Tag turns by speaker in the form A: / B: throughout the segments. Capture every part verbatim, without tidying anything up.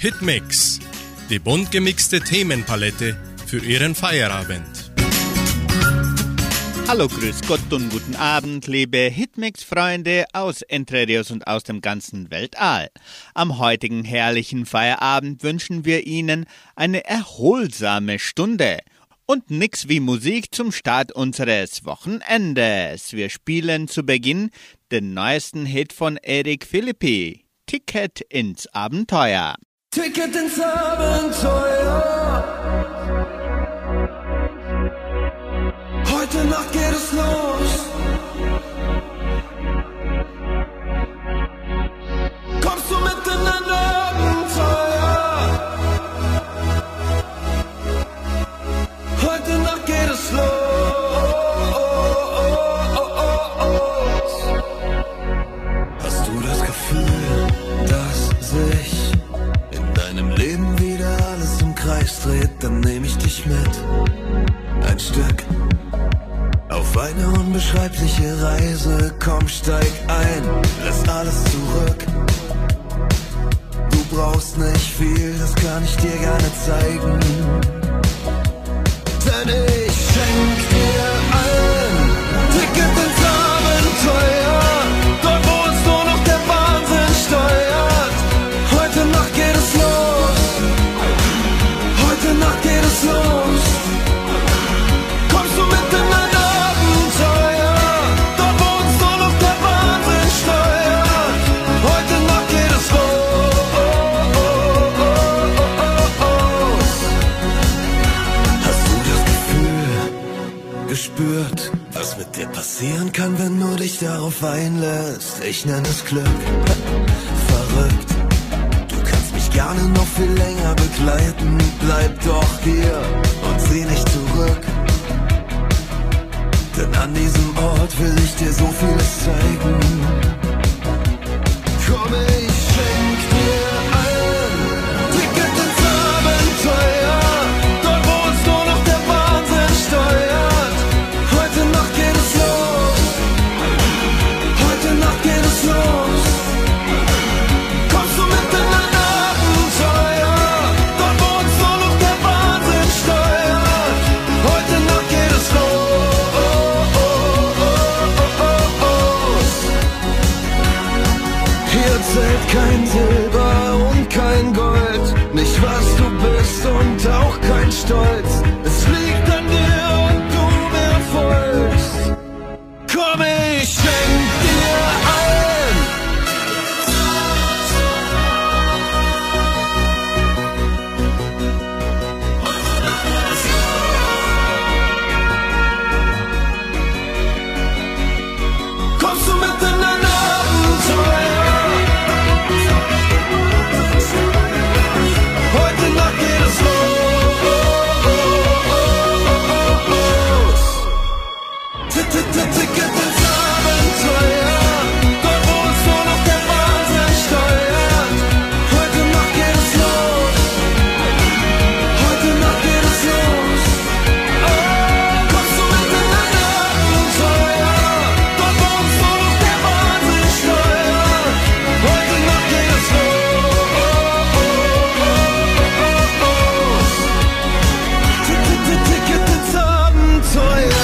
A: Hitmix, die bunt gemixte Themenpalette für Ihren Feierabend.
B: Hallo, grüß Gott und guten Abend, liebe Hitmix-Freunde aus Entre Rios und aus dem ganzen Weltall. Am heutigen herrlichen Feierabend wünschen wir Ihnen eine erholsame Stunde. Und nix wie Musik zum Start unseres Wochenendes. Wir spielen zu Beginn den neuesten Hit von Eric Philippi, Ticket ins Abenteuer.
C: Ticket ins Abenteuer. Heute Nacht geht es los. Kommst du mit in ein Abenteuer? Heute Nacht geht es los. Hast du das Gefühl, dass sich in deinem Leben wieder alles im Kreis dreht? Dann nehme ich dich mit, ein Stück auf eine unbeschreibliche Reise. Komm, steig ein, lass alles zurück. Du brauchst nicht viel, das kann ich dir gerne zeigen. Denn ich schenk dir ein Ticket ins Abenteuer. Dort, wo uns nur noch der Wahnsinn steuert. Heute Nacht geht es los. Heute Nacht geht es los. Kommst du mit in ein Abenteuer? Dort, wo uns nur noch der Wahnsinn steuert. Heute Nacht geht es los. Hast du das Gefühl gespürt, was mit dir passieren kann, wenn du dich darauf einlässt? Ich nenne es Glück, verrückt. Du kannst mich gerne noch viel länger begleiten. Bleib doch hier und sieh nicht zurück. Denn an diesem Ort will ich dir so vieles zeigen. Komm, ich schenk dir ein Ticket ins Abenteuer. Dort, wo uns nur noch der Wahnsinn steuert. Heute Nacht geht es los. Heute Nacht geht es los. Kommst du mit in ein Abenteuer? Dort, wo uns nur noch der Wahnsinn steuert. Heute Nacht geht es los. Hier zählt kein Silber und kein Gold, nicht was du bist und auch kein Stolz. Es liegt an dir und du mir folgst. Komm, ich schenk dir ein. Kommst du mit in ein Abenteuer? Heute Nacht geht es los. Ticket ins Abenteuer. Dort, wo uns nur noch der Wahnsinn steuert. Heute Nacht geht es los. Heute Nacht geht es los. Kommst du mit in ein Abenteuer? Dort, wo uns nur noch der Wahnsinn steuert. Heute Nacht geht es los. Ticket ins Abenteuer.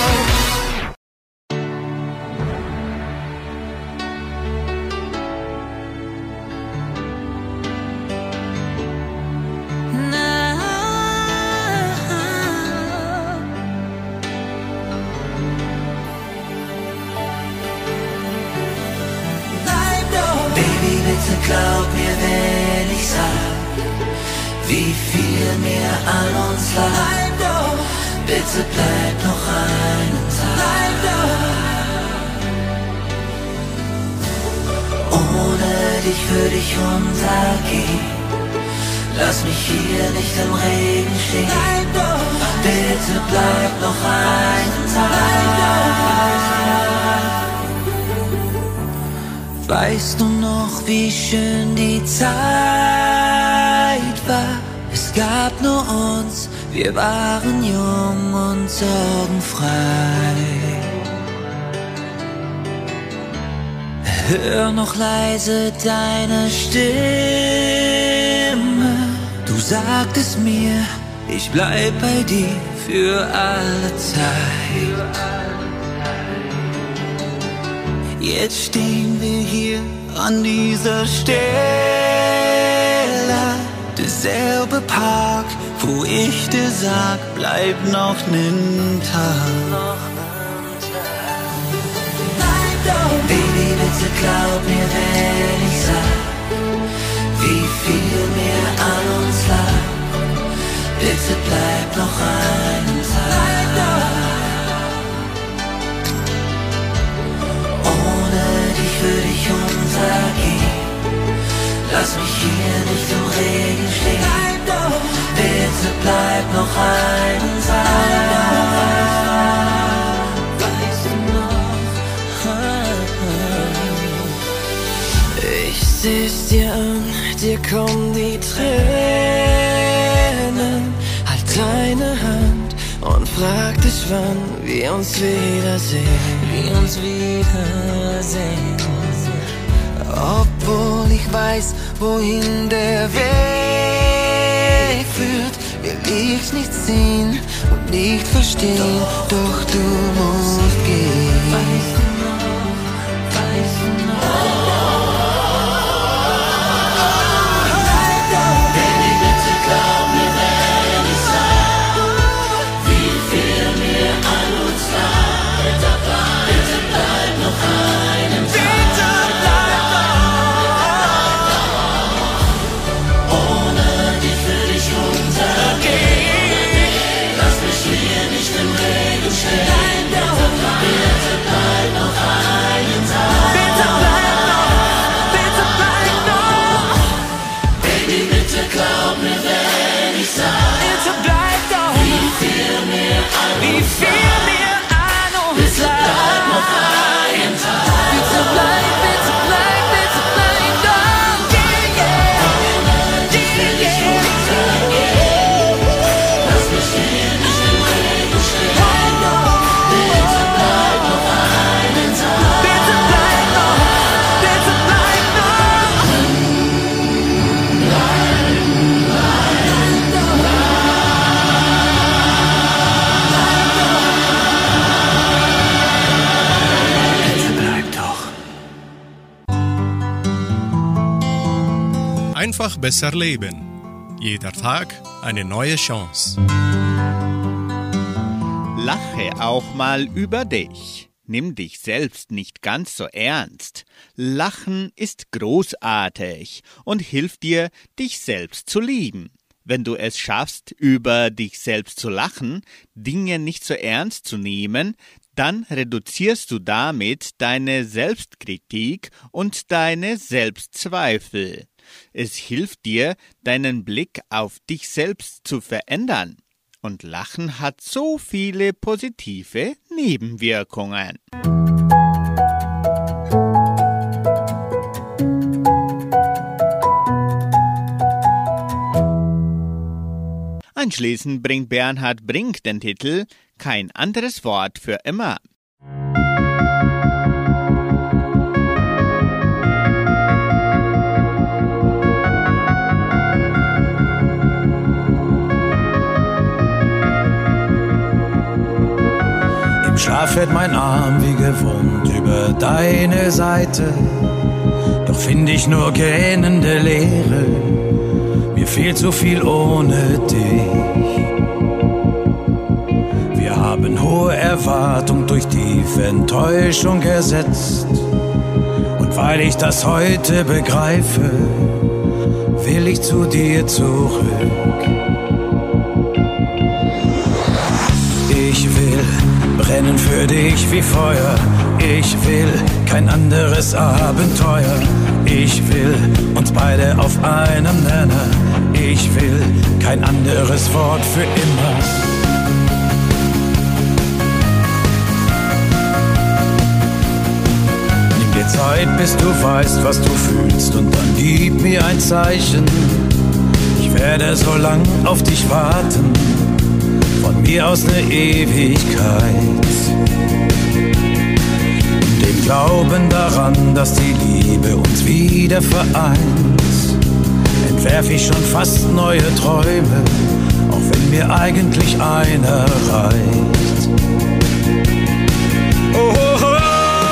D: Baby, bitte glaub mir, wenn ich sag, wie viel mir an uns lag. Bitte bleib noch einen Tag. Ohne dich würde ich untergehen. Lass mich hier nicht im Regen stehen. Bitte bleib noch einen Tag. Weißt du noch, wie schön die Zeit war? Es gab nur uns, wir waren jung und sorgenfrei. Hör noch leise deine Stimme, sagtest mir, ich bleib bei dir für alle Zeit. Jetzt stehen wir hier an dieser Stelle, derselbe Park, wo ich dir sag, bleib noch nen Tag. Baby, bitte glaub mir, wenn ich sag, wie viel mir an uns lag. Bitte bleib noch einen Tag. Ohne dich würde ich untergehen. Lass mich hier nicht im Regen stehen. Bitte bleib noch einen Tag. Weißt du noch? Ich seh's dir an, dir kommen die Tränen. Halt deine Hand und frag dich, wann wir uns wiedersehen. Wir uns wiedersehen. Obwohl ich weiß, wohin der Weg führt, will ich nicht sehen und nicht verstehen, doch du musst gehen. Weißt du noch, weißt du noch? Baby, bitte glaub mir, wenn ich sag, wie viel mir an uns lag. Bitte bleib, bitte bleib noch einen Tag.
A: Einfach besser leben. Jeder Tag eine neue Chance.
B: Lache auch mal über dich. Nimm dich selbst nicht ganz so ernst. Lachen ist großartig und hilft dir, dich selbst zu lieben. Wenn du es schaffst, über dich selbst zu lachen, Dinge nicht so ernst zu nehmen, dann reduzierst du damit deine Selbstkritik und deine Selbstzweifel. Es hilft dir, deinen Blick auf dich selbst zu verändern. Und Lachen hat so viele positive Nebenwirkungen. Anschließend bringt Bernhard Brink den Titel Kein anderes Wort für immer.
E: Im Schlaf fährt mein Arm wie gewohnt über deine Seite, doch finde ich nur gähnende Leere. Mir fehlt so viel ohne dich. Wir haben hohe Erwartung durch tiefe Enttäuschung ersetzt. Und weil ich das heute begreife, will ich zu dir zurück. Ich will brennen für dich wie Feuer. Ich will kein anderes Abenteuer. Ich will uns beide auf einem Nenner. Ich will kein anderes Wort für immer. Nimm dir Zeit, bis du weißt, was du fühlst, und dann gib mir ein Zeichen. Ich werde so lang auf dich warten, von mir aus eine Ewigkeit. Dem Glauben daran, dass die Liebe uns wieder vereint, entwerf ich schon fast neue Träume, auch wenn mir eigentlich einer reicht. Oh, oh, oh.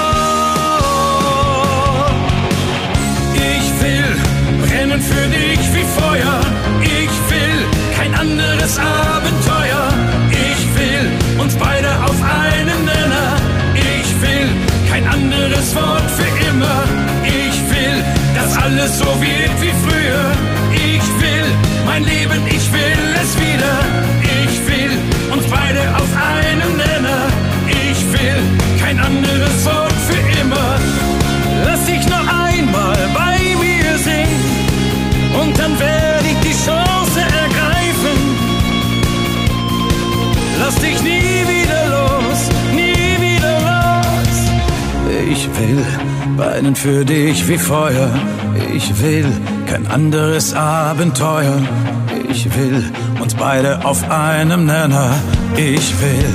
E: Ich will brennen für dich wie Feuer. Ich will kein anderes Abenteuer. Ich will uns beide auf einen Nenner. Ich will kein anderes Wort für immer. Ich will, dass alles so wird wie früher. Ich will mein Leben, ich will es wieder. Ich will uns beide auf einen Nenner. Ich will kein anderes Wort für immer. Lass dich noch einmal bei mir singen und dann werde ich die Chance ergreifen. Lass dich nie wieder los, nie wieder los. Ich will brennen für dich wie Feuer. Ich will kein anderes Abenteuer. Ich will uns beide auf einem Nenner. Ich will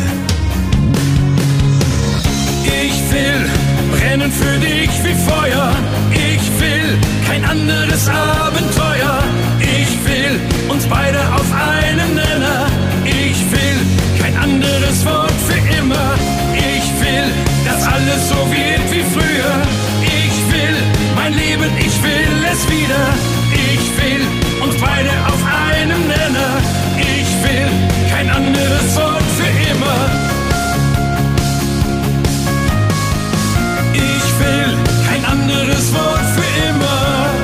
E: Ich will brennen für dich wie Feuer. Ich will kein anderes Abenteuer. Ich will uns beide auf einem Nenner. Ich will kein anderes Wort für immer. Ich will, dass alles so wird wie früher. Ich will mein Leben, ich will es wieder. Ich will uns beide auf einem Nenner. Ich will kein anderes Wort für immer. Ich will kein anderes Wort für immer.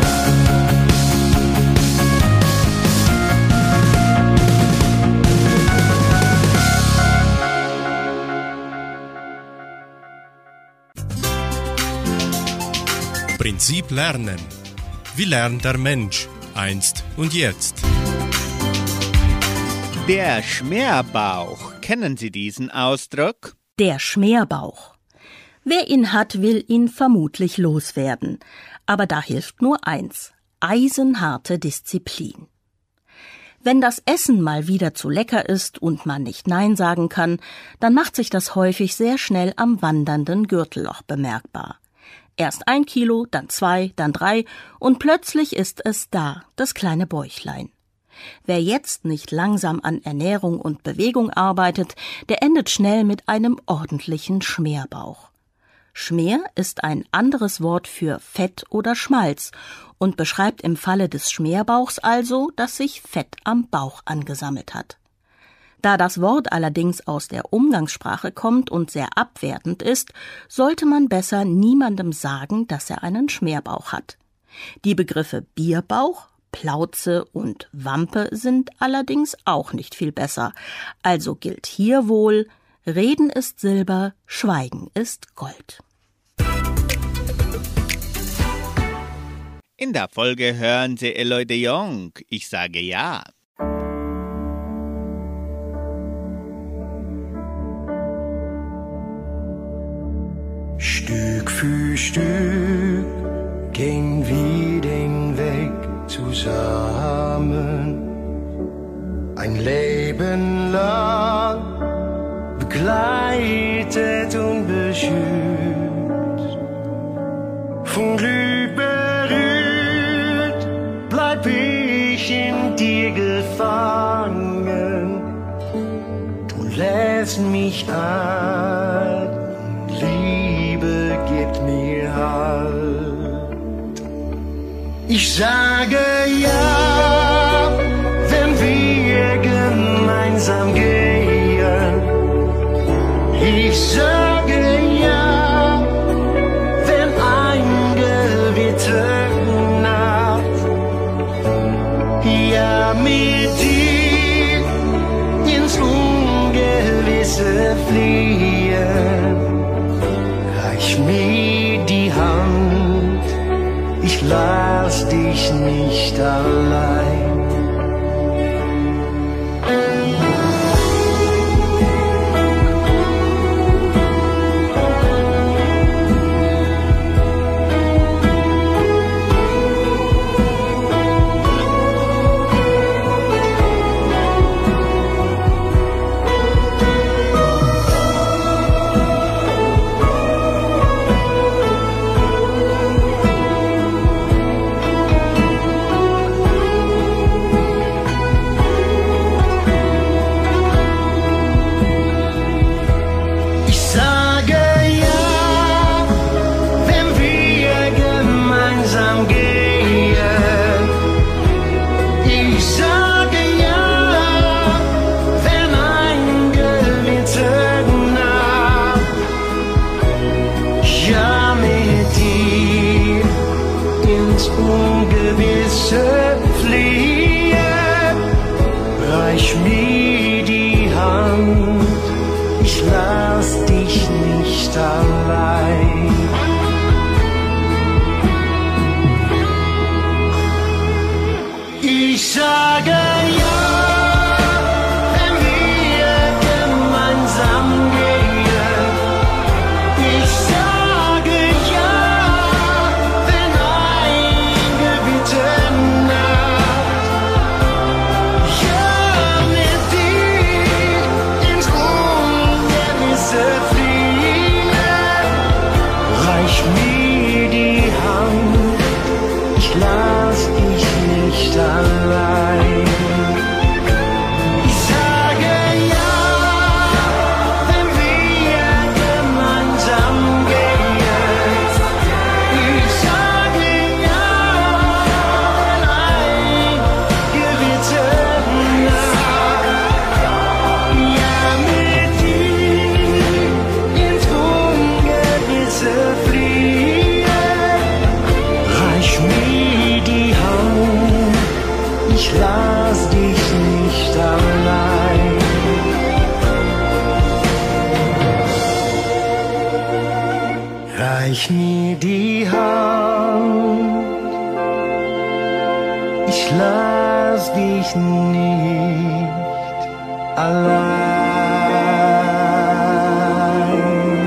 A: Prinzip Lernen. Wie lernt der Mensch einst und jetzt?
B: Der Schmerbauch. Kennen Sie diesen Ausdruck?
F: Der Schmerbauch. Wer ihn hat, will ihn vermutlich loswerden. Aber da hilft nur eins: eisenharte Disziplin. Wenn das Essen mal wieder zu lecker ist und man nicht Nein sagen kann, dann macht sich das häufig sehr schnell am wandernden Gürtelloch bemerkbar. Erst ein Kilo, dann zwei, dann drei und plötzlich ist es da, das kleine Bäuchlein. Wer jetzt nicht langsam an Ernährung und Bewegung arbeitet, der endet schnell mit einem ordentlichen Schmerbauch. Schmer ist ein anderes Wort für Fett oder Schmalz und beschreibt im Falle des Schmerbauchs also, dass sich Fett am Bauch angesammelt hat. Da das Wort allerdings aus der Umgangssprache kommt und sehr abwertend ist, sollte man besser niemandem sagen, dass er einen Schmerbauch hat. Die Begriffe Bierbauch, Plauze und Wampe sind allerdings auch nicht viel besser. Also gilt hier wohl: Reden ist Silber, Schweigen ist Gold.
B: In der Folge hören Sie Eloy de Jong. Ich sage ja.
G: Stück für Stück gehen wir den Weg zusammen. Ein Leben lang begleitet und beschützt. Von Glück berührt bleib ich in dir gefangen. Du lässt mich ein, Liebe gibt mir Halt. Ich sage ja, wenn wir gemeinsam gehen. Ich sage ja, wenn ein Gewitter naht. Ja, mit dir ins Ungewisse fliehen. Reich mir die Hand, ich lass dich nicht allein. Ungewisse fliehe. Reich mir die Hand, ich lass dich nicht allein. Ich sage ja, wenn wir gemeinsam gehen. Ich sage ja, wenn ein Gewitter naht. Ja, mit dir ins Ungewisse fliehen. Reich mir die Hand, ich lass dich nicht allein. Ich sage ja, wenn wir gemeinsam gehen. Ich sage ja, wenn ein Gewitter naht. Ja, mit dir ins Ungewisse fliehen. Reich mir die Hand, ich lass dich nicht allein. Reich mir die Hand, ich lass dich nicht allein.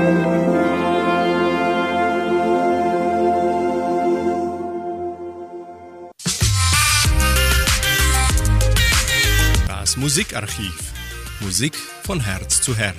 A: Das Musikarchiv. Musik von Herz zu Herz.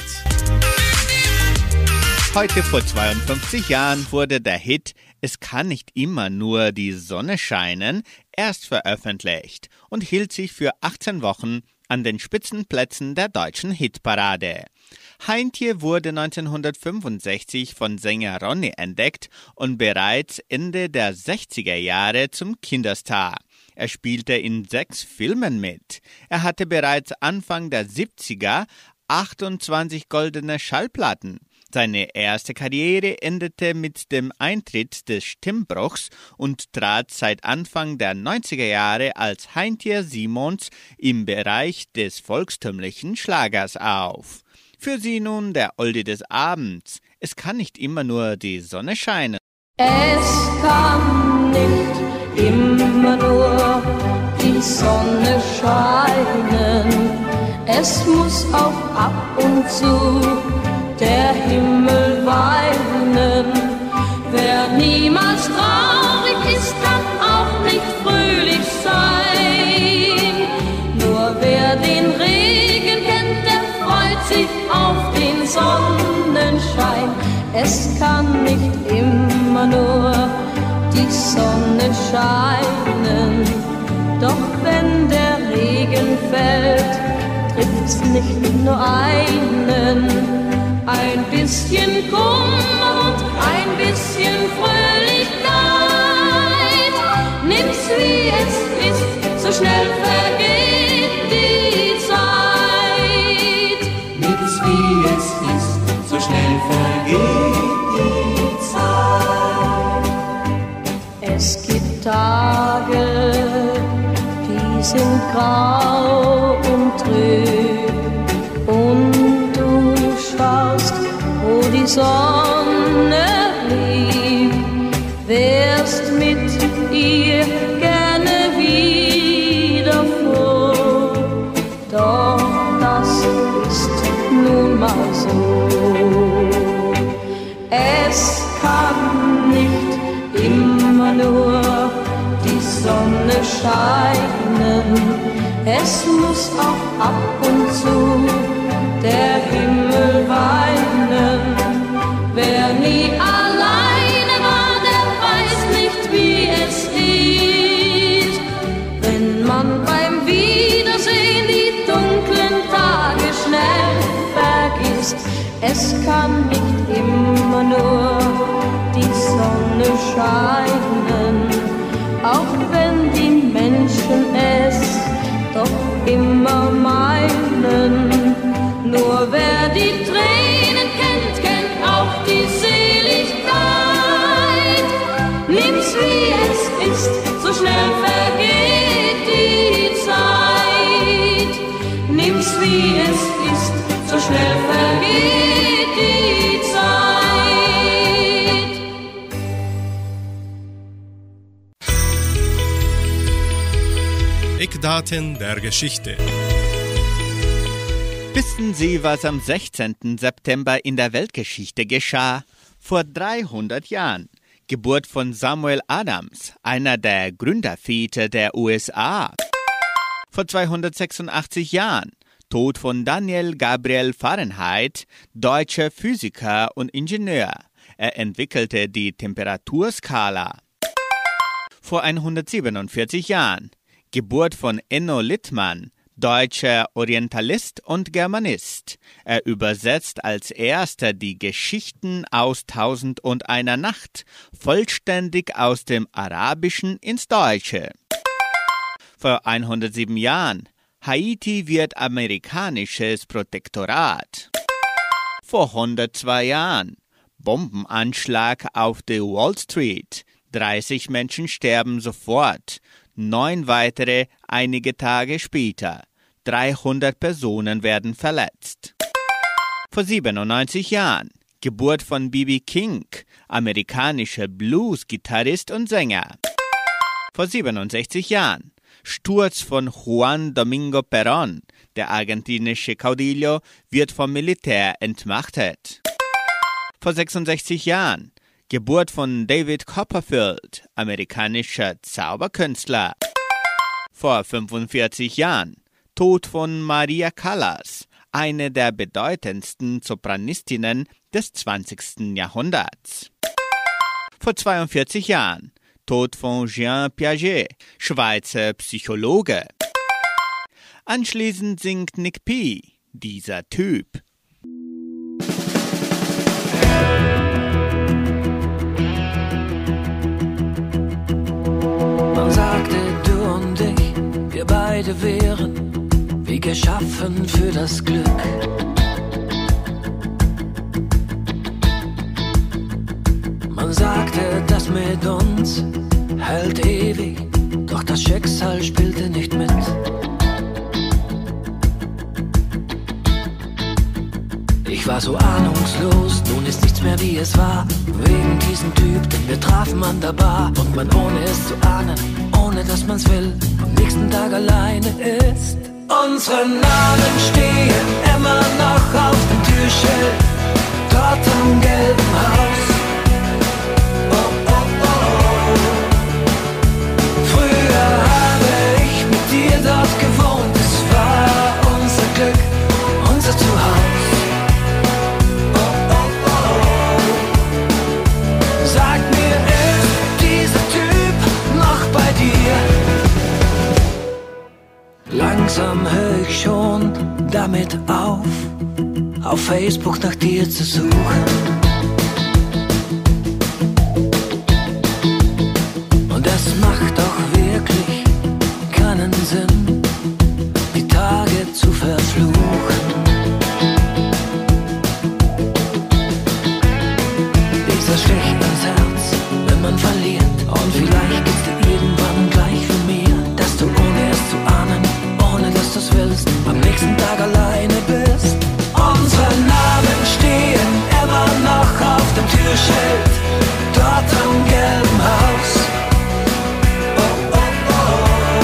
B: Heute vor zweiundfünfzig Jahren wurde der Hit »Es kann nicht immer nur die Sonne scheinen« erst veröffentlicht und hielt sich für achtzehn Wochen an den Spitzenplätzen der deutschen Hitparade. Heintje wurde neunzehnhundertfünfundsechzig von Sänger Ronny entdeckt und bereits Ende der sechziger Jahre zum Kinderstar. Er spielte in sechs Filmen mit. Er hatte bereits Anfang der siebziger achtundzwanzig goldene Schallplatten. Seine erste Karriere endete mit dem Eintritt des Stimmbruchs und trat seit Anfang der neunziger Jahre als Heintje Simons im Bereich des volkstümlichen Schlagers auf. Für sie nun der Oldie des Abends. Es kann nicht immer nur die Sonne scheinen.
H: Es kann nicht immer nur die Sonne scheinen. Es muss auch ab und zu der Himmel weinen. Wer niemals traurig ist, kann auch nicht fröhlich sein. Nur wer den Regen kennt, der freut sich auf den Sonnenschein. Es kann nicht immer nur die Sonne scheinen. Doch wenn der Regen fällt, trifft's nicht nur einen. Ein bisschen Kummer und ein bisschen Fröhlichkeit. Nimm's wie es ist, so schnell vergeht die Zeit. Nimm's wie es ist, so schnell vergeht die Zeit. Es gibt Tage, die sind grau und trüb und du schaust, wo die Sonne liegt, wärst mit ihr gerne wieder froh. Doch das ist nun mal so. Es kann nicht immer nur die Sonne scheinen, es muss auch ab und zu der Himmel weinen. Wer nie alleine war, der weiß nicht, wie es ist, wenn man beim Wiedersehen die dunklen Tage schnell vergisst. Es kann nicht immer nur die Sonne scheinen, auch wenn die Menschen es doch immer meinen. Nur wer die Tränen kennt, kennt auch die Seligkeit. Nimm's wie es ist, so schnell vergeht die Zeit. Nimm's wie es ist, so schnell vergeht die Zeit.
A: Eckdaten der Geschichte.
B: Wissen Sie, was am sechzehnten September in der Weltgeschichte geschah? Vor dreihundert Jahren. Geburt von Samuel Adams, einer der Gründerväter der U S A. Vor zweihundertsechsundachtzig Jahren. Tod von Daniel Gabriel Fahrenheit, deutscher Physiker und Ingenieur. Er entwickelte die Temperaturskala. Vor hundertsiebenundvierzig Jahren. Geburt von Enno Littmann, deutscher Orientalist und Germanist. Er übersetzt als erster die Geschichten aus Tausend und einer Nacht vollständig aus dem Arabischen ins Deutsche. Vor hundertsieben Jahren. Haiti wird amerikanisches Protektorat. Vor hundertzwei Jahren. Bombenanschlag auf der Wall Street. dreißig Menschen sterben sofort. Neun weitere einige Tage später. dreihundert Personen werden verletzt. Vor siebenundneunzig Jahren. Geburt von B B King, amerikanischer Blues-Gitarrist und Sänger. Vor siebenundsechzig Jahren. Sturz von Juan Domingo Perón, der argentinische Caudillo, wird vom Militär entmachtet. Vor sechsundsechzig Jahren. Geburt von David Copperfield, amerikanischer Zauberkünstler. Vor fünfundvierzig Jahren. Tod von Maria Callas, eine der bedeutendsten Sopranistinnen des zwanzigsten Jahrhunderts. Vor zweiundvierzig Jahren. Tod von Jean Piaget, Schweizer Psychologe. Anschließend singt Nick P., dieser Typ.
E: Man sagte, du und ich, wir beide wären wie geschaffen für das Glück. Man sagte, das mit uns hält ewig, doch das Schicksal spielte nicht mit. Ich war so ahnungslos, nun ist nichts mehr wie es war. Wegen diesem Typ, den wir trafen an der Bar. Und man ohne es zu ahnen, ohne dass man's will, am nächsten Tag alleine ist. Unsere Namen stehen immer noch auf dem Türschild, dort am gelben Haus. Oh, oh, oh. Früher habe ich mit dir dort gewohnt, es war unser Glück, unser Zuhause. Langsam höre ich schon damit auf, auf Facebook nach dir zu suchen. Und es macht doch wirklich keinen Sinn, die Tage zu verfluchen. Dieser Stich ins Herz, wenn man verliert. Und vielleicht geht's dir irgendwann gleich wie mir, dass du ohne es zu ahnen, ohne dass du's willst, am nächsten Tag alleine bist. Unsere Namen stehen immer noch auf dem Türschild, dort am gelben Haus. Oh, oh, oh.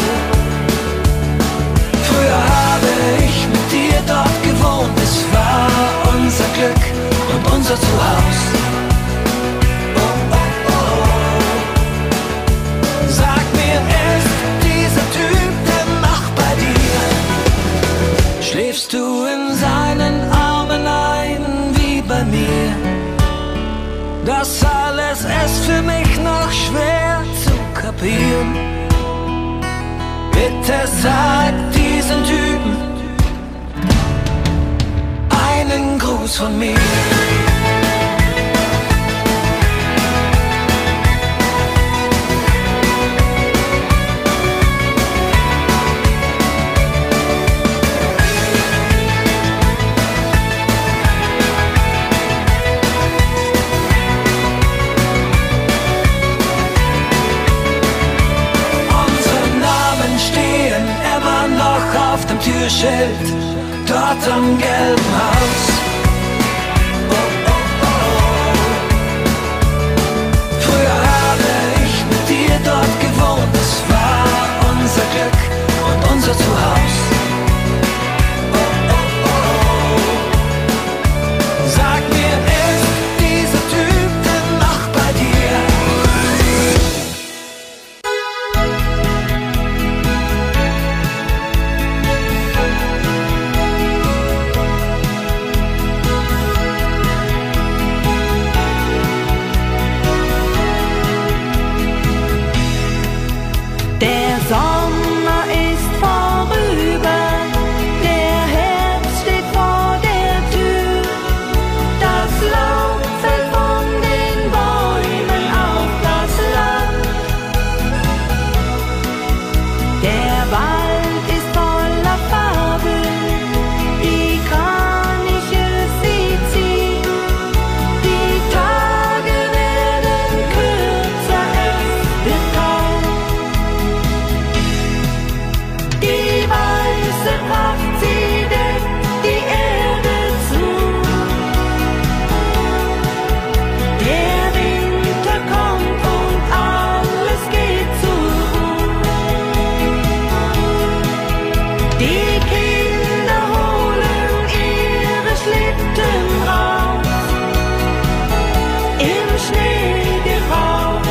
E: Früher habe ich mit dir dort gewohnt, es war unser Glück und unser Zuhause. Oh, oh, oh. Sag mir, ist dieser Typ denn noch bei dir? Schläfst du in seinen Armen ein wie bei mir? Das alles ist für mich noch schwer zu kapieren. Bitte sag diesen Typen einen Gruß von mir.
G: Türschild dort am gelben Haus. Oh, oh, oh. Früher habe ich mit dir dort gewohnt, es war unser Glück und unser Zuhause. Oh, oh, oh. Sag mir, ist dieser Typ denn noch bei dir?
H: Der Sommer ist vorüber, der Herbst steht vor der Tür. Das Laub fällt von den Bäumen auf das Land. Der Wald ist voller Farben, die Kraniche sie ziehen. Die Tage werden kürzer, es wird kalt. Die weiße Pracht, sie deckt die Erde zu. Der Winter kommt und alles geht zur Ruhe. Die Kinder holen ihre Schlitten raus, im Schneegebraus.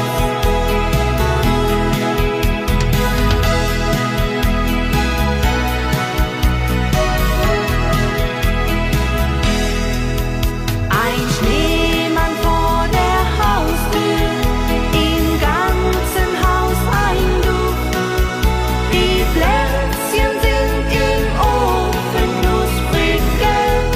H: Ein Schneemann vor der Haustür, im ganzen Haus ein Duft. Die Plätzchen sind im Ofen knusprig gelb.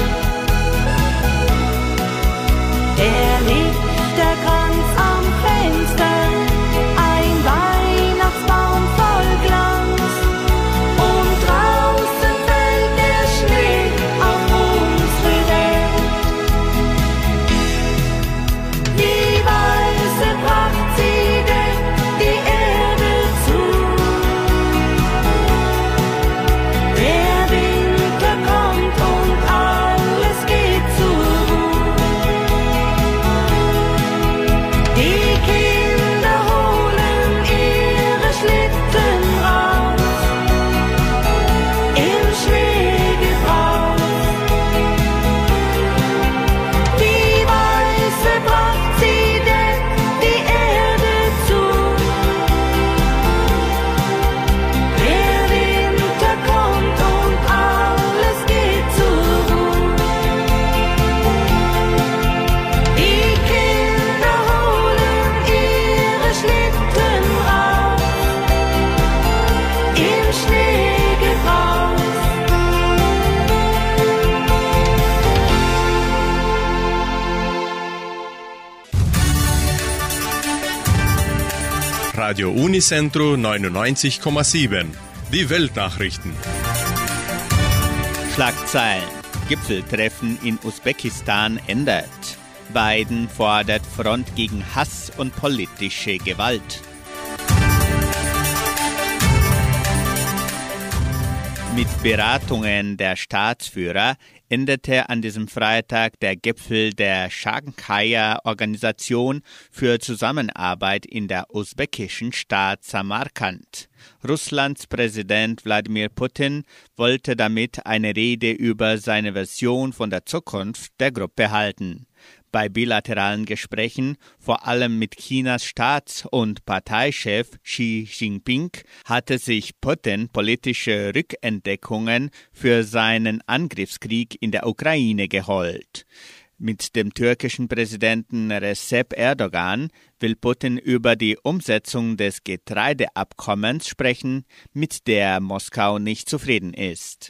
H: Der Lichterkranz am Fenster, ein Weihnachtsbaum voll Glanz. Und draußen fällt der Schnee auf unsere Welt. Die weiße Pracht, sie deckt die Erde zu. Der Winter kommt und alles geht zur Ruhe. Die Kinder holen ihre Schlitten raus, im Schneegebraus. Die weiße Pracht, sie deckt die Erde zu. Der Winter kommt und alles geht zur Ruhe. Die Kinder holen ihre Schlitten raus, im Schneegebraus.
A: Radio Unicentro neunundneunzig Komma sieben. Die Weltnachrichten.
B: Schlagzeilen. Gipfeltreffen in Usbekistan ändert. Biden fordert Front gegen Hass und politische Gewalt. Mit Beratungen der Staatsführer endete an diesem Freitag der Gipfel der Shanghaier Organisation für Zusammenarbeit in der usbekischen Stadt Samarkand. Russlands Präsident Wladimir Putin wollte damit eine Rede über seine Version von der Zukunft der Gruppe halten. Bei bilateralen Gesprächen, vor allem mit Chinas Staats- und Parteichef Xi Jinping, hatte sich Putin politische Rückentdeckungen für seinen Angriffskrieg in der Ukraine geholt. Mit dem türkischen Präsidenten Recep Erdogan will Putin über die Umsetzung des Getreideabkommens sprechen, mit der Moskau nicht zufrieden ist.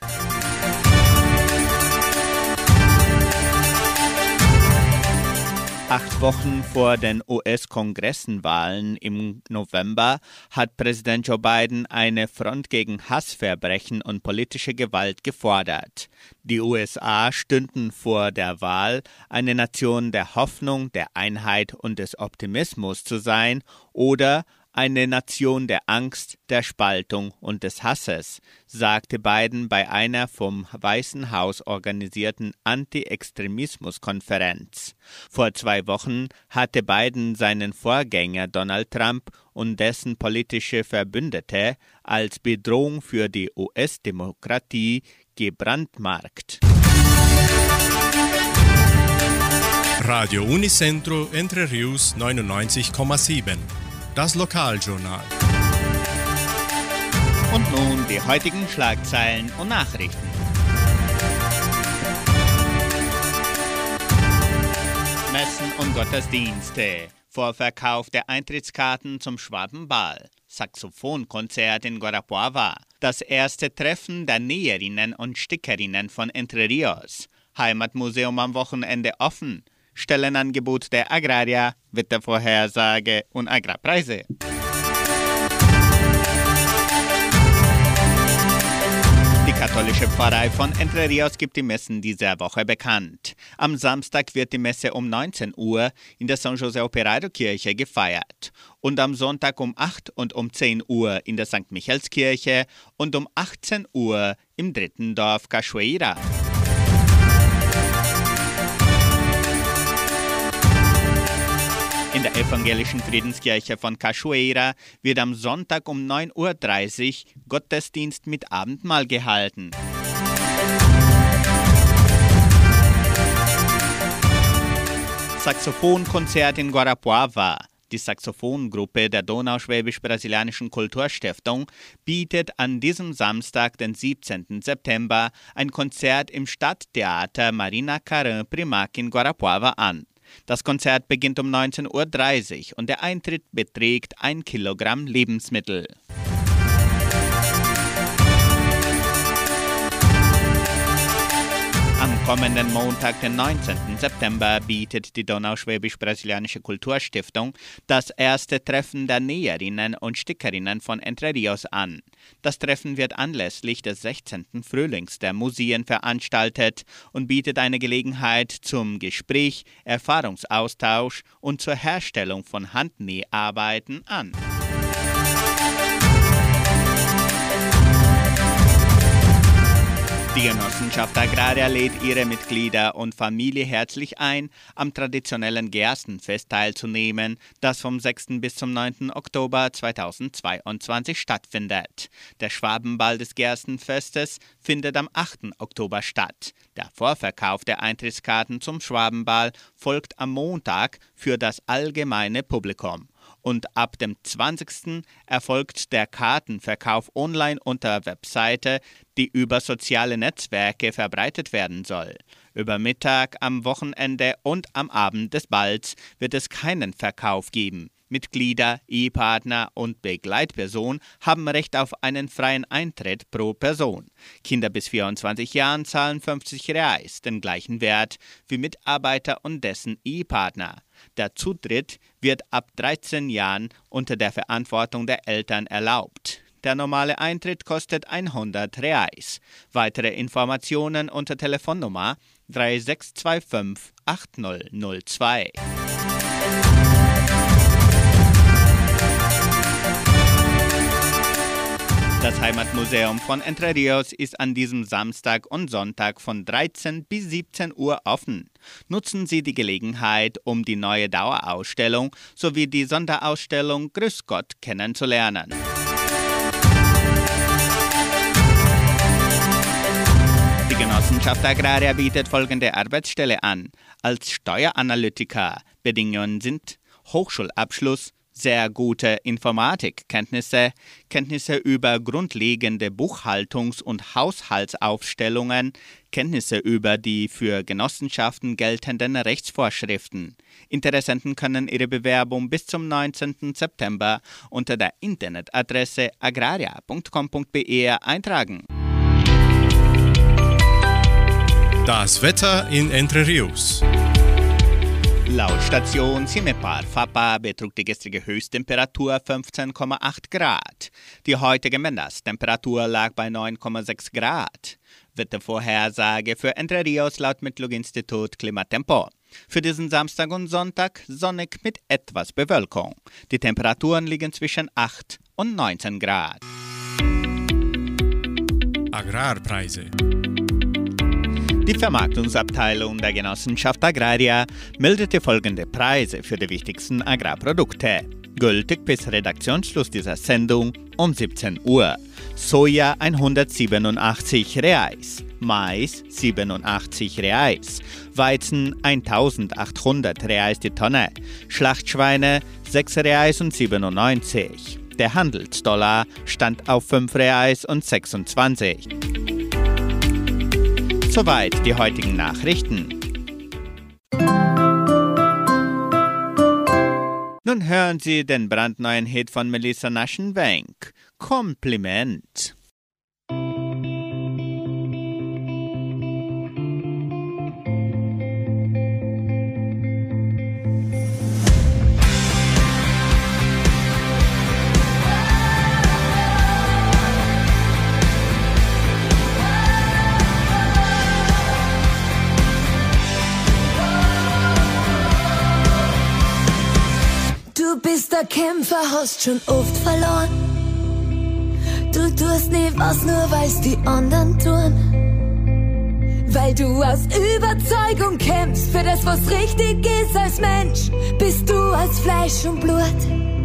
B: Acht Wochen vor den U S-Kongressenwahlen im November hat Präsident Joe Biden eine Front gegen Hassverbrechen und politische Gewalt gefordert. Die U S A stünden vor der Wahl, eine Nation der Hoffnung, der Einheit und des Optimismus zu sein oder eine Nation der Angst, der Spaltung und des Hasses, sagte Biden bei einer vom Weißen Haus organisierten Anti-Extremismus-Konferenz. Vor zwei Wochen hatte Biden seinen Vorgänger Donald Trump und dessen politische Verbündete als Bedrohung für die U S-Demokratie gebrandmarkt.
A: Radio Unicentro Entre Rius neunundneunzig Komma sieben. Das Lokaljournal.
B: Und nun die heutigen Schlagzeilen und Nachrichten. Messen und Gottesdienste. Vorverkauf der Eintrittskarten zum Schwabenball. Saxophonkonzert in Guarapuava. Das erste Treffen der Näherinnen und Stickerinnen von Entre Rios. Heimatmuseum am Wochenende offen. Stellenangebot der Agraria, Wettervorhersage und Agrarpreise. Die katholische Pfarrei von Entre Rios gibt die Messen dieser Woche bekannt. Am Samstag wird die Messe um neunzehn Uhr in der San José Operario Kirche gefeiert und am Sonntag um acht und um zehn Uhr in der Sankt Michaelskirche und um achtzehn Uhr im dritten Dorf Cachoeira. In der evangelischen Friedenskirche von Cachoeira wird am Sonntag um neun Uhr dreißig Gottesdienst mit Abendmahl gehalten. Saxophonkonzert in Guarapuava. Die Saxophongruppe der Donauschwäbisch-Brasilianischen Kulturstiftung bietet an diesem Samstag, den siebzehnten September, ein Konzert im Stadttheater Marina Carin Primac in Guarapuava an. Das Konzert beginnt um neunzehn Uhr dreißig und der Eintritt beträgt ein Kilogramm Lebensmittel. Am kommenden Montag, den neunzehnten September, bietet die Donauschwäbisch-Brasilianische Kulturstiftung das erste Treffen der Näherinnen und Stickerinnen von Entre Rios an. Das Treffen wird anlässlich des sechzehnten Frühlings der Museen veranstaltet und bietet eine Gelegenheit zum Gespräch, Erfahrungsaustausch und zur Herstellung von Handnäharbeiten an. Die Genossenschaft Agraria lädt ihre Mitglieder und Familie herzlich ein, am traditionellen Gerstenfest teilzunehmen, das vom sechsten bis zum neunten Oktober zweitausendzweiundzwanzig stattfindet. Der Schwabenball des Gerstenfestes findet am achten Oktober statt. Der Vorverkauf der Eintrittskarten zum Schwabenball folgt am Montag für das allgemeine Publikum. Und ab dem zwanzigsten erfolgt der Kartenverkauf online unter Webseite, die über soziale Netzwerke verbreitet werden soll. Über Mittag, am Wochenende und am Abend des Balls wird es keinen Verkauf geben. Mitglieder, Ehepartner und Begleitperson haben Recht auf einen freien Eintritt pro Person. Kinder bis vierundzwanzig Jahren zahlen fünfzig Reais, den gleichen Wert wie Mitarbeiter und dessen Ehepartner. Der Zutritt wird ab dreizehn Jahren unter der Verantwortung der Eltern erlaubt. Der normale Eintritt kostet hundert Reais. Weitere Informationen unter Telefonnummer drei sechs zwei fünf acht null null zwei. Das Heimatmuseum von Entre Rios ist an diesem Samstag und Sonntag von dreizehn bis siebzehn Uhr offen. Nutzen Sie die Gelegenheit, um die neue Dauerausstellung sowie die Sonderausstellung Grüß Gott kennenzulernen. Die Genossenschaft Agraria bietet folgende Arbeitsstelle an. Als Steueranalytiker. Bedingungen sind Hochschulabschluss, sehr gute Informatikkenntnisse, Kenntnisse über grundlegende Buchhaltungs- und Haushaltsaufstellungen, Kenntnisse über die für Genossenschaften geltenden Rechtsvorschriften. Interessenten können ihre Bewerbung bis zum neunzehnten September unter der Internetadresse agraria punkt com punkt b r eintragen.
A: Das Wetter in Entre Rios.
B: Laut Station Cimepar Fapa betrug die gestrige Höchsttemperatur fünfzehn Komma acht Grad. Die heutige Mittagstemperatur lag bei neun Komma sechs Grad. Wettervorhersage für Entre Rios laut Metlog-Institut Klimatempo. Für diesen Samstag und Sonntag sonnig mit etwas Bewölkung. Die Temperaturen liegen zwischen acht und neunzehn Grad.
A: Agrarpreise.
B: Die Vermarktungsabteilung der Genossenschaft Agraria meldete folgende Preise für die wichtigsten Agrarprodukte. Gültig bis Redaktionsschluss dieser Sendung um siebzehn Uhr. Soja hundertsiebenundachtzig Reais, Mais siebenundachtzig Reais, Weizen eintausendachthundert Reais die Tonne, Schlachtschweine sechs Reais und siebenundneunzig. Der Handelsdollar stand auf fünf Reais und sechsundzwanzig. Soweit die heutigen Nachrichten. Nun hören Sie den brandneuen Hit von Melissa Naschenwenk. Kompliment.
I: Du bist der Kämpfer, hast schon oft verloren. Du tust nie was, nur weil's die anderen tun. Weil du aus Überzeugung kämpfst für das, was richtig ist als Mensch, bist du als Fleisch und Blut.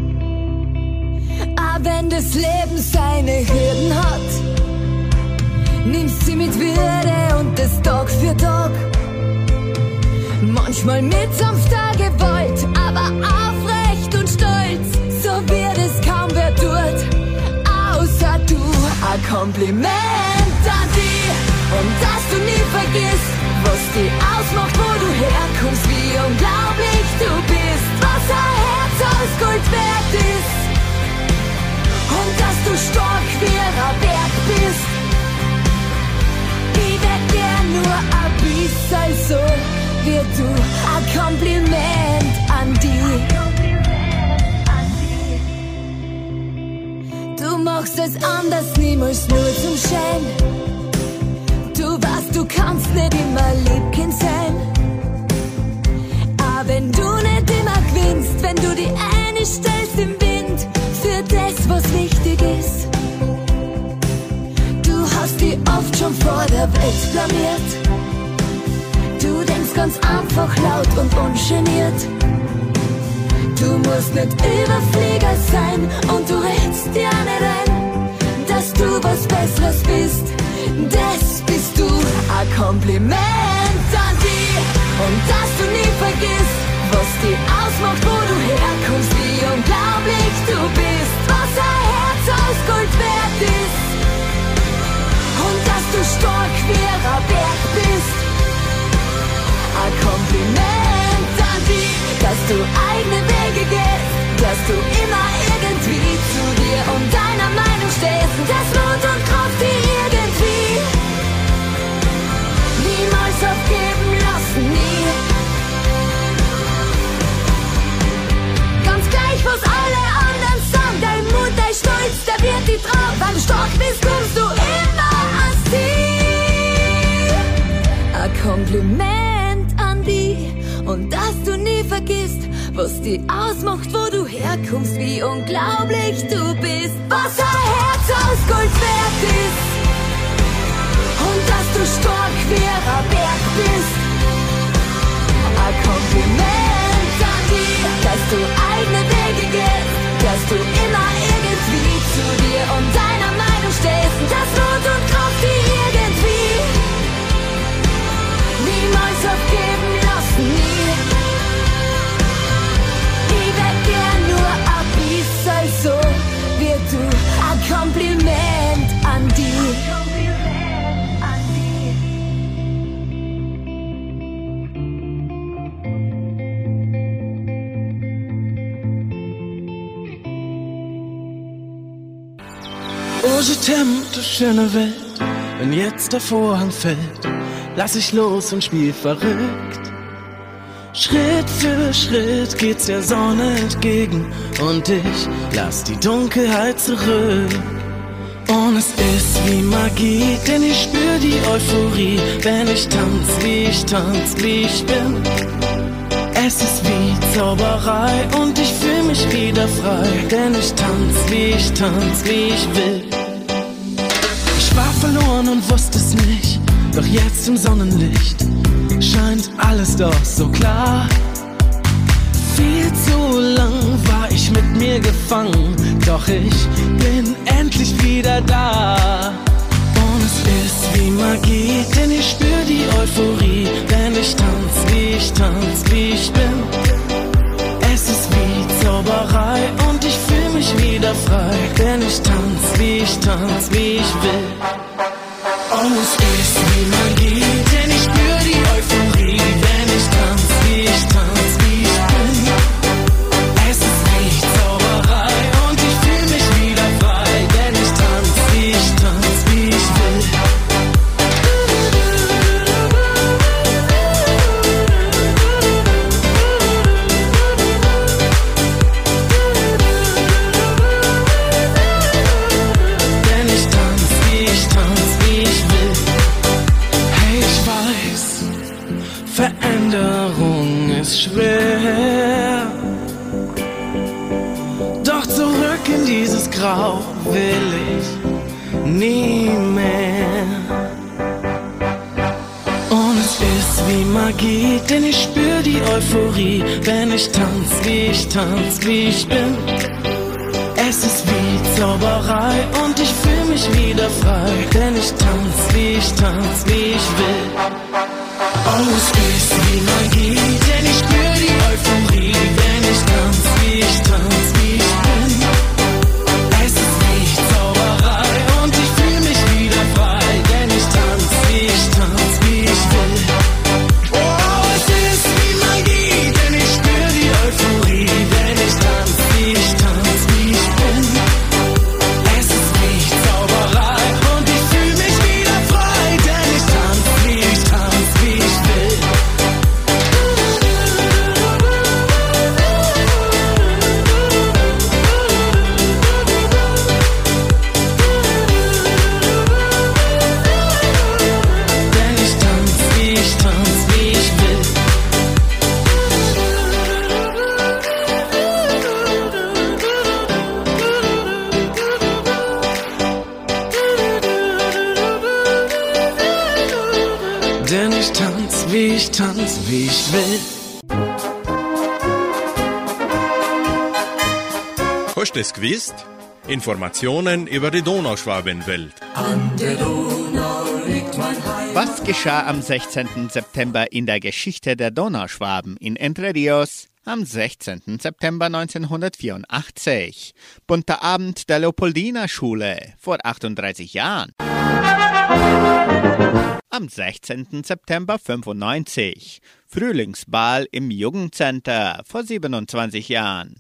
I: Aber wenn das Leben seine Hürden hat, nimmst sie mit Würde und das Tag für Tag. Manchmal mit sanfter Gewalt, aber aufrecht und stolz, so wird es kaum wer tut, außer du. Ein Kompliment an dich und dass du nie vergisst, was dich ausmacht, wo du herkommst, wie unglaublich du bist, was ein Herz aus Gold wert ist und dass du stark wie ein Berg bist. Ich wär gern nur ein bisschen so wie du. Ein Kompliment an dich. Du machst es anders, niemals nur zum Schein. Du weißt, du kannst nicht immer Liebkind sein. Aber wenn du nicht immer gewinnst, wenn du die eine stellst im Wind für das, was wichtig ist. Du hast die oft schon vor der Welt blamiert. Du denkst ganz einfach laut und ungeniert. Du musst nicht Überflieger sein und du redst dir nicht ein, dass du was Besseres bist. Das bist du. Ein Kompliment an dich und dass du nie vergisst, was dich ausmacht, wo du herkommst, wie unglaublich du bist, was ein Herz aus Gold wert ist und dass du stark wie ein Berg bist. Ein Kompliment an dich, dass du eigene Wege gehst, dass du immer irgendwie zu dir und deiner Meinung stehst, dass Mut und Kraft die irgendwie niemals aufgeben lassen, nie. Ganz gleich, was alle anderen sagen, dein Mut, dein Stolz, der wird die tragen. Weil du stark bist, kommst du immer ans Ziel. Ein Kompliment an dich und dass du nie vergisst, was dich ausmacht, wo du herkommst, wie unglaublich du bist, was ein Herz aus Gold wert ist und dass du stark wie ein Berg bist. Ein Kompliment an dich, dass du eigene Wege gehst, dass du immer irgendwie zu dir und deiner Meinung stehst, dass Mut und Kraft die irgendwie niemals aufgeben lassen, nie. Ich wär gern nur ein bisschen so wie du. Ein Kompliment an dich.
J: Oh, je t'aime, du schöne Welt, wenn jetzt der Vorhang fällt, lass ich los und spiel verrückt. Schritt für Schritt geht's der Sonne entgegen und ich lass die Dunkelheit zurück. Und es ist wie Magie, denn ich spür die Euphorie, wenn ich tanz, wie ich tanz, wie ich bin. Es ist wie Zauberei und ich fühl mich wieder frei, denn ich tanz, wie ich tanz, wie ich will. Ich war verloren und wusste es nicht, doch jetzt im Sonnenlicht scheint alles doch so klar. Viel zu lang war ich mit mir gefangen, doch ich bin endlich wieder da. Und es ist wie Magie, denn ich spür die Euphorie, wenn ich tanz, wie ich tanz, wie ich bin. Es ist wie Zauberei und ich fühl mich wieder frei, denn ich tanz, wie ich tanz, wie ich will. Und es ist wie Magie, denn ich spür die Euphorie, wenn ich tanz, wie ich tanz, wie ich bin. Es ist wie Zauberei und ich fühl mich wieder frei, denn ich tanz, wie ich tanz, wie ich will. Denn ich tanz, wie ich tanz, wie ich will. Hey, ich weiß, Veränderung ist schwer. Doch zurück in dieses Grau will ich nie mehr. Und es ist wie Magie, denn ich spür die Euphorie, wenn ich tanz, wie ich tanz, wie ich bin. Es ist wie Zauberei und ich fühl mich wieder frei, denn ich tanz, wie ich tanz, wie ich will. Oh, es ist wie Magie, denn ich spür die Euphorie, wenn ich tanz, wie ich tanz, wie ich bin. Es ist wie Zauberei und ich fühl mich wieder frei, denn ich tanz, wie ich tanz, wie ich will. Oh, es ist wie Magie, denn ich spür die Euphorie, wenn ich tanz, wie ich tanz, wie ich bin. Es ist wie Zauberei und ich fühl mich wieder frei, denn ich tanz, wie ich tanz, wie ich will. Denn ich tanz, wie ich tanz, wie ich will. Denn ich tanz, wie ich tanz, wie ich will.
A: Hast du es gewusst? Informationen über die Donauschwabenwelt.
B: Was geschah am sechzehnten September in der Geschichte der Donauschwaben in Entre Rios? Am sechzehnten September neunzehnhundertvierundachtzig. Bunter Abend der Leopoldina-Schule vor achtunddreißig Jahren. Am sechzehnten September fünfundneunzig. Frühlingsball im Jugendcenter vor siebenundzwanzig Jahren.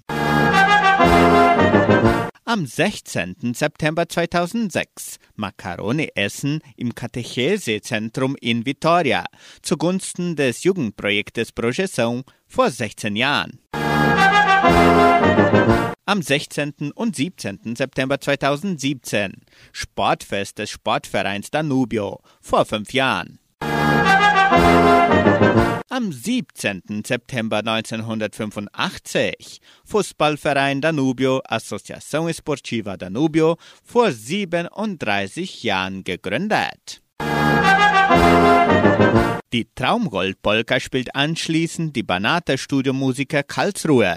B: Am sechzehnten September zweitausendsechs. Macaroni essen im Katechesezentrum in Vitoria zugunsten des Jugendprojektes Projeção vor sechzehn Jahren. Am sechzehnten und siebzehnten September zweitausendsiebzehn. Sportfest des Sportvereins Danubio vor fünf Jahren. Am siebzehnten September neunzehnhundertfünfundachtzig. Fußballverein Danubio, Associação Esportiva Danubio, vor siebenunddreißig Jahren gegründet. Die Traumgold-Polka spielt anschließend die Banate Studiomusiker Karlsruhe.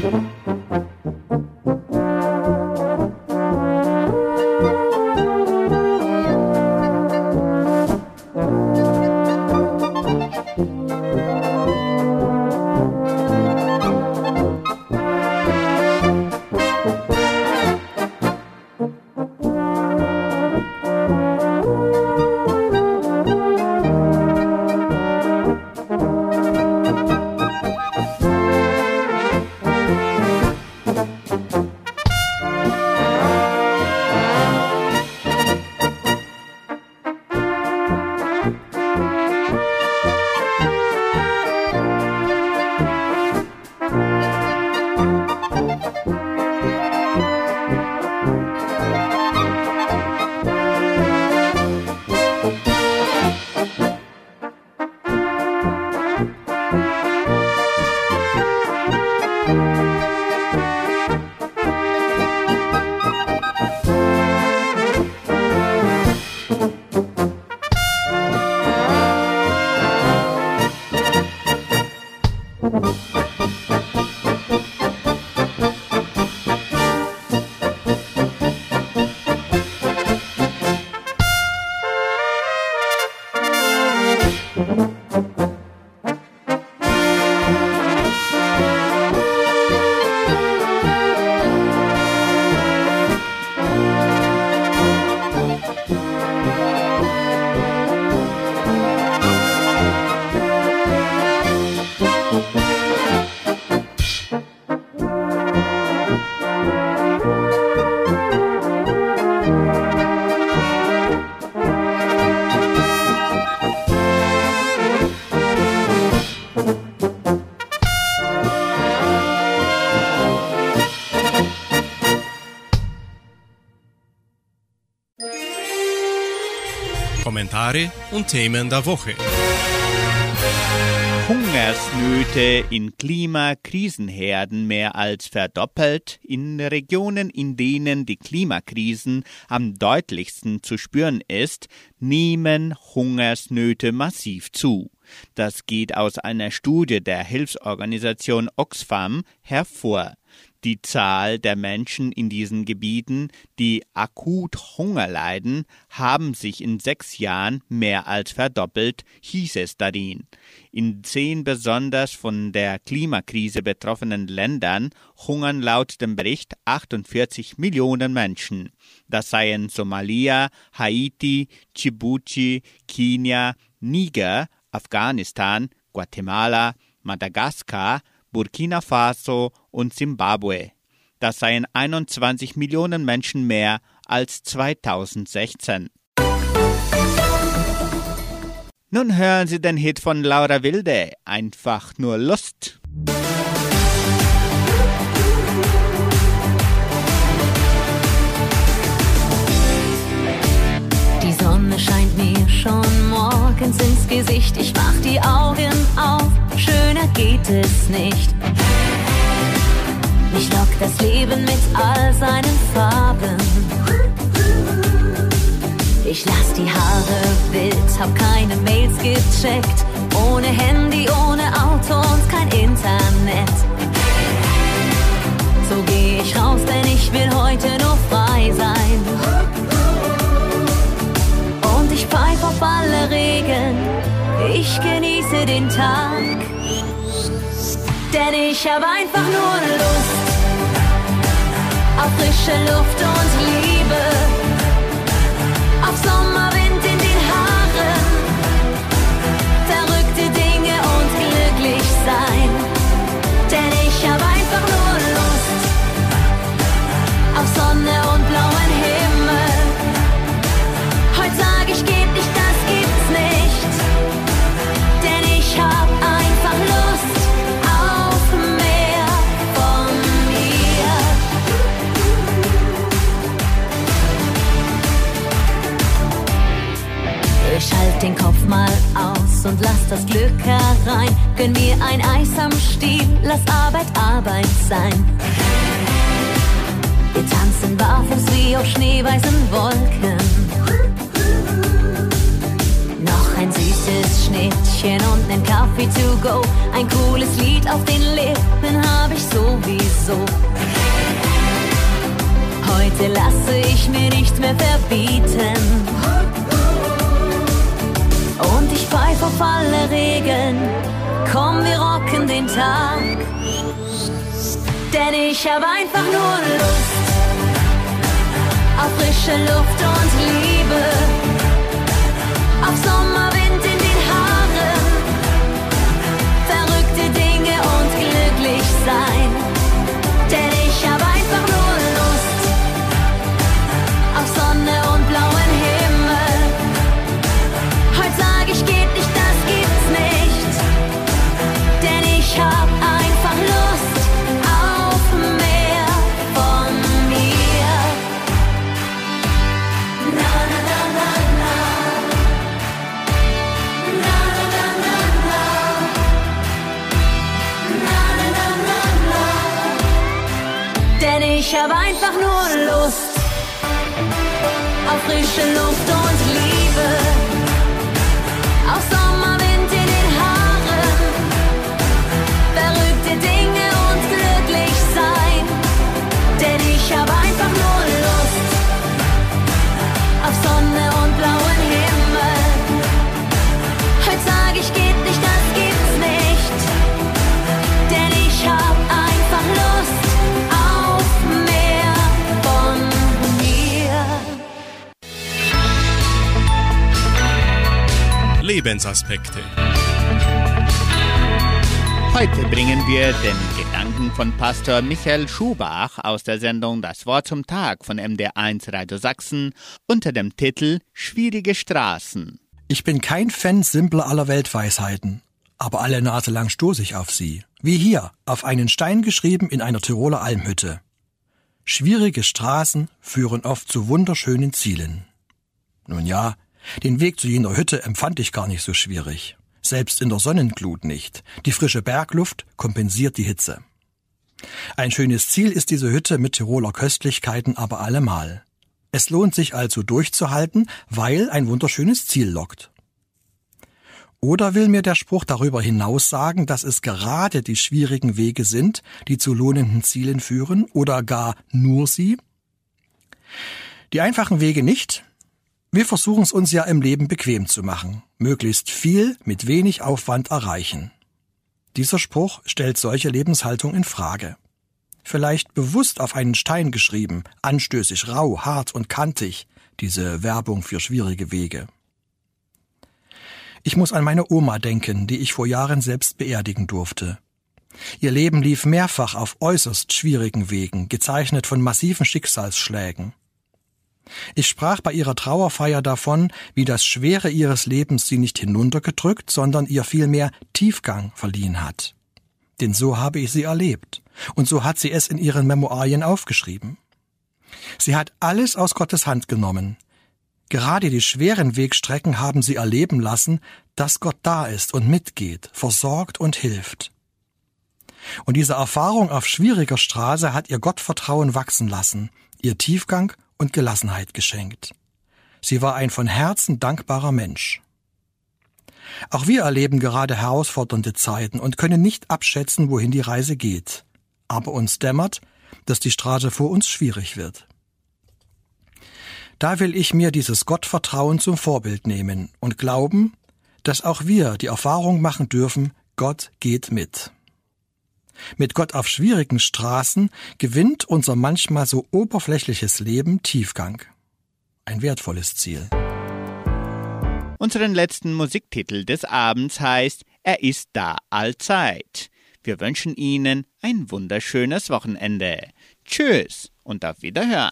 A: Kommentare und Themen der Woche.
B: Hungersnöte in Klimakrisenherden mehr als verdoppelt. In Regionen, in denen die Klimakrisen am deutlichsten zu spüren ist, nehmen Hungersnöte massiv zu. Das geht aus einer Studie der Hilfsorganisation Oxfam hervor. Die Zahl der Menschen in diesen Gebieten, die akut Hunger leiden, haben sich in sechs Jahren mehr als verdoppelt, hieß es darin. In zehn besonders von der Klimakrise betroffenen Ländern hungern laut dem Bericht achtundvierzig Millionen Menschen. Das seien Somalia, Haiti, Djibouti, Kenia, Niger, Afghanistan, Guatemala, Madagaskar, Burkina Faso und Zimbabwe. Das seien einundzwanzig Millionen Menschen mehr als zweitausendsechzehn. Nun hören Sie den Hit von Laura Wilde, Einfach nur Lust.
K: Die Sonne scheint mir schon morgens ins Gesicht. Ich mach die Augen auf, schöner geht es nicht. Mich lockt das Leben mit all seinen Farben. Ich lass die Haare wild, hab keine Mails gecheckt. Ohne Handy, ohne Auto und kein Internet. So geh ich raus, denn ich will heute nur frei sein. Und ich pfeif auf alle Regeln, ich genieße den Tag. Denn ich hab einfach nur Lust auf frische Luft und Liebe, auf Sommerwind in den Haaren, verrückte Dinge und glücklich sein. Denn ich hab einfach nur Lust auf Sonne und blauen Himmel. Heute sag ich geht nicht, das gibt's nicht. Denn ich hab einfach Lust auf mehr von mir. Ich halt den Kopf mal aus und lass das Glück herein. Gönn mir ein Eis am Stiel, lass Arbeit Arbeit sein. Wir tanzen barfuß wie auf schneeweißen Wolken. Noch ein süßes Schnittchen und nen Kaffee to go. Ein cooles Lied auf den Lippen hab ich sowieso. so. Heute lasse ich mir nicht mehr verbieten. Und ich pfeife auf alle Regeln. Komm, wir rocken den Tag. Denn ich hab einfach nur Lust auf frische Luft und Liebe, auf Sommerwind in den Haaren, verrückte Dinge und glücklich sein. Denn ich hab einfach nur Lust auf Sonne und blauen Himmel. Heute sag ich, geht nicht, das gibt's nicht. Denn ich hab einfach Lust auf mehr von mir. Na na na na na. Na na na na na. Na na na na na. Denn ich hab einfach nur Lust auf frische Luft und Liebe, auf Sommerwind in den Haaren, verrückte Dinge und glücklich sein. Denn ich hab einfach nur Lust auf Sonne und blauen Himmel. Heute sag ich, geht nicht, das gibt's nicht. Denn ich hab einfach Lust auf mehr von mir.
A: Lebensaspekte.
B: Heute bringen wir den Gedanken von Pastor Michael Schubach aus der Sendung Das Wort zum Tag von M D eins Radio Sachsen unter dem Titel Schwierige Straßen.
L: Ich bin kein Fan simpler Allerweltweisheiten, aber alle Nase lang stoße ich auf sie. Wie hier, auf einen Stein geschrieben in einer Tiroler Almhütte. Schwierige Straßen führen oft zu wunderschönen Zielen. Nun ja, den Weg zu jener Hütte empfand ich gar nicht so schwierig. Selbst in der Sonnenglut nicht. Die frische Bergluft kompensiert die Hitze. Ein schönes Ziel ist diese Hütte mit Tiroler Köstlichkeiten aber allemal. Es lohnt sich also durchzuhalten, weil ein wunderschönes Ziel lockt. Oder will mir der Spruch darüber hinaus sagen, dass es gerade die schwierigen Wege sind, die zu lohnenden Zielen führen, oder gar nur sie? Die einfachen Wege nicht. Wir versuchen es uns ja im Leben bequem zu machen, möglichst viel mit wenig Aufwand erreichen. Dieser Spruch stellt solche Lebenshaltung in Frage. Vielleicht bewusst auf einen Stein geschrieben, anstößig, rau, hart und kantig, diese Werbung für schwierige Wege. Ich muss an meine Oma denken, die ich vor Jahren selbst beerdigen durfte. Ihr Leben lief mehrfach auf äußerst schwierigen Wegen, gezeichnet von massiven Schicksalsschlägen. Ich sprach bei ihrer Trauerfeier davon, wie das Schwere ihres Lebens sie nicht hinuntergedrückt, sondern ihr vielmehr Tiefgang verliehen hat. Denn so habe ich sie erlebt, und so hat sie es in ihren Memoirien aufgeschrieben. Sie hat alles aus Gottes Hand genommen. Gerade die schweren Wegstrecken haben sie erleben lassen, dass Gott da ist und mitgeht, versorgt und hilft. Und diese Erfahrung auf schwieriger Straße hat ihr Gottvertrauen wachsen lassen, ihr Tiefgang und Gelassenheit geschenkt. Sie war ein von Herzen dankbarer Mensch. Auch wir erleben gerade herausfordernde Zeiten und können nicht abschätzen, wohin die Reise geht. Aber uns dämmert, dass die Straße vor uns schwierig wird. Da will ich mir dieses Gottvertrauen zum Vorbild nehmen und glauben, dass auch wir die Erfahrung machen dürfen, Gott geht mit. Mit Gott auf schwierigen Straßen gewinnt unser manchmal so oberflächliches Leben Tiefgang. Ein wertvolles Ziel.
B: Unseren letzten Musiktitel des Abends heißt Er ist da allzeit. Wir wünschen Ihnen ein wunderschönes Wochenende. Tschüss und auf Wiederhören.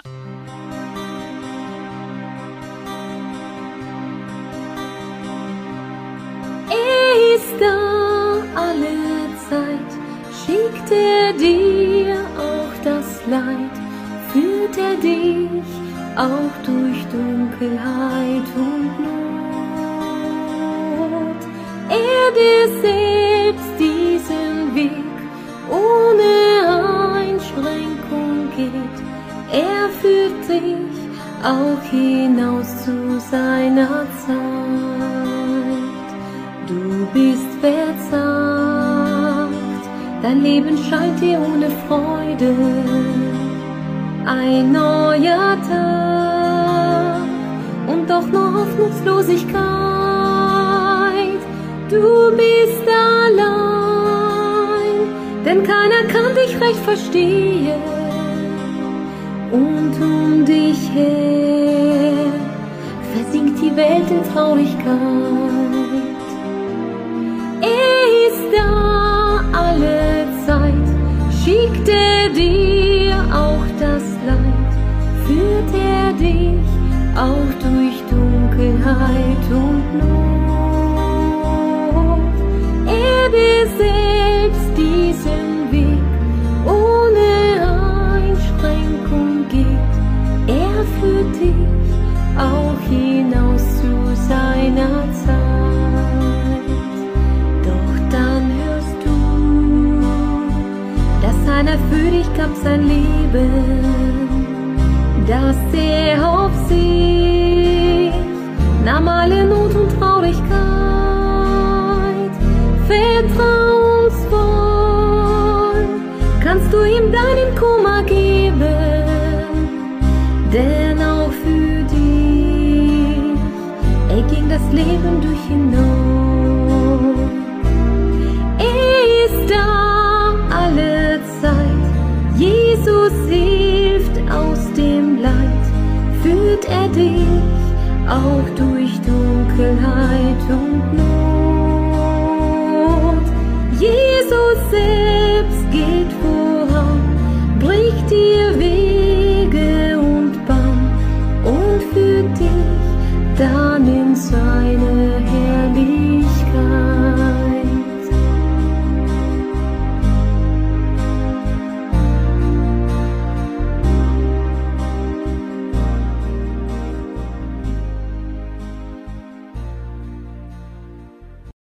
H: Er ist da alle Zeit, schickt er dir auch das Leid, führt er dich auch durch Dunkelheit und Not. Er dir selbst diesen Weg ohne Einschränkung geht, er führt dich auch hinaus zu seiner Zeit. Du bist verzagt, dein Leben scheint dir ohne Freude Freude, ein neuer Tag und doch noch Hoffnungslosigkeit. Du bist allein, denn keiner kann dich recht verstehen. Und um dich her versinkt die Welt in Traurigkeit. Er ist da alle Zeit, schickt er dir auch das Leid, führt er dich auch durch Dunkelheit und Not. Er dir selbst diesen Weg ohne Einschränkung geht, er führt dich auch hinaus zu seiner Zeit. Doch dann hörst du, dass einer für dich gab sein Leben, dass er auf sich nahm alle Not und Traurigkeit. Vertrauensvoll kannst du ihm deinen Kummer geben, denn auch für dich, er ging das Leben durch hindurch. Er ist da alle Zeit, Jesus hilft aus dem Leid, führt er dich auch durch Dunkelheit und Not.